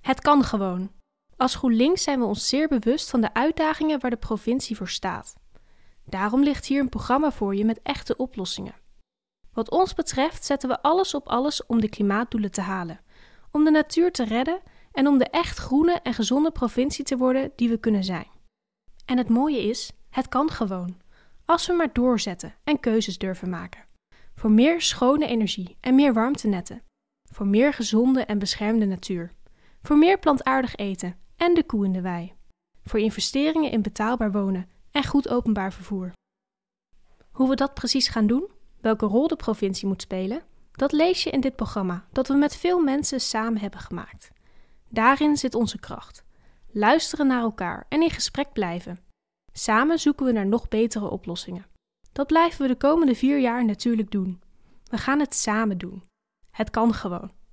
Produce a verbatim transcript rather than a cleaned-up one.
Het kan gewoon. Als GroenLinks zijn we ons zeer bewust van de uitdagingen waar de provincie voor staat. Daarom ligt hier een programma voor je met echte oplossingen. Wat ons betreft zetten we alles op alles om de klimaatdoelen te halen, om de natuur te redden en om de echt groene en gezonde provincie te worden die we kunnen zijn. En het mooie is, het kan gewoon, als we maar doorzetten en keuzes durven maken. Voor meer schone energie en meer warmtenetten. Voor meer gezonde en beschermde natuur. Voor meer plantaardig eten en de koe in de wei. Voor investeringen in betaalbaar wonen en goed openbaar vervoer. Hoe we dat precies gaan doen, welke rol de provincie moet spelen, dat lees je in dit programma dat we met veel mensen samen hebben gemaakt. Daarin zit onze kracht. Luisteren naar elkaar en in gesprek blijven. Samen zoeken we naar nog betere oplossingen. Dat blijven we de komende vier jaar natuurlijk doen. We gaan het samen doen. Het kan gewoon.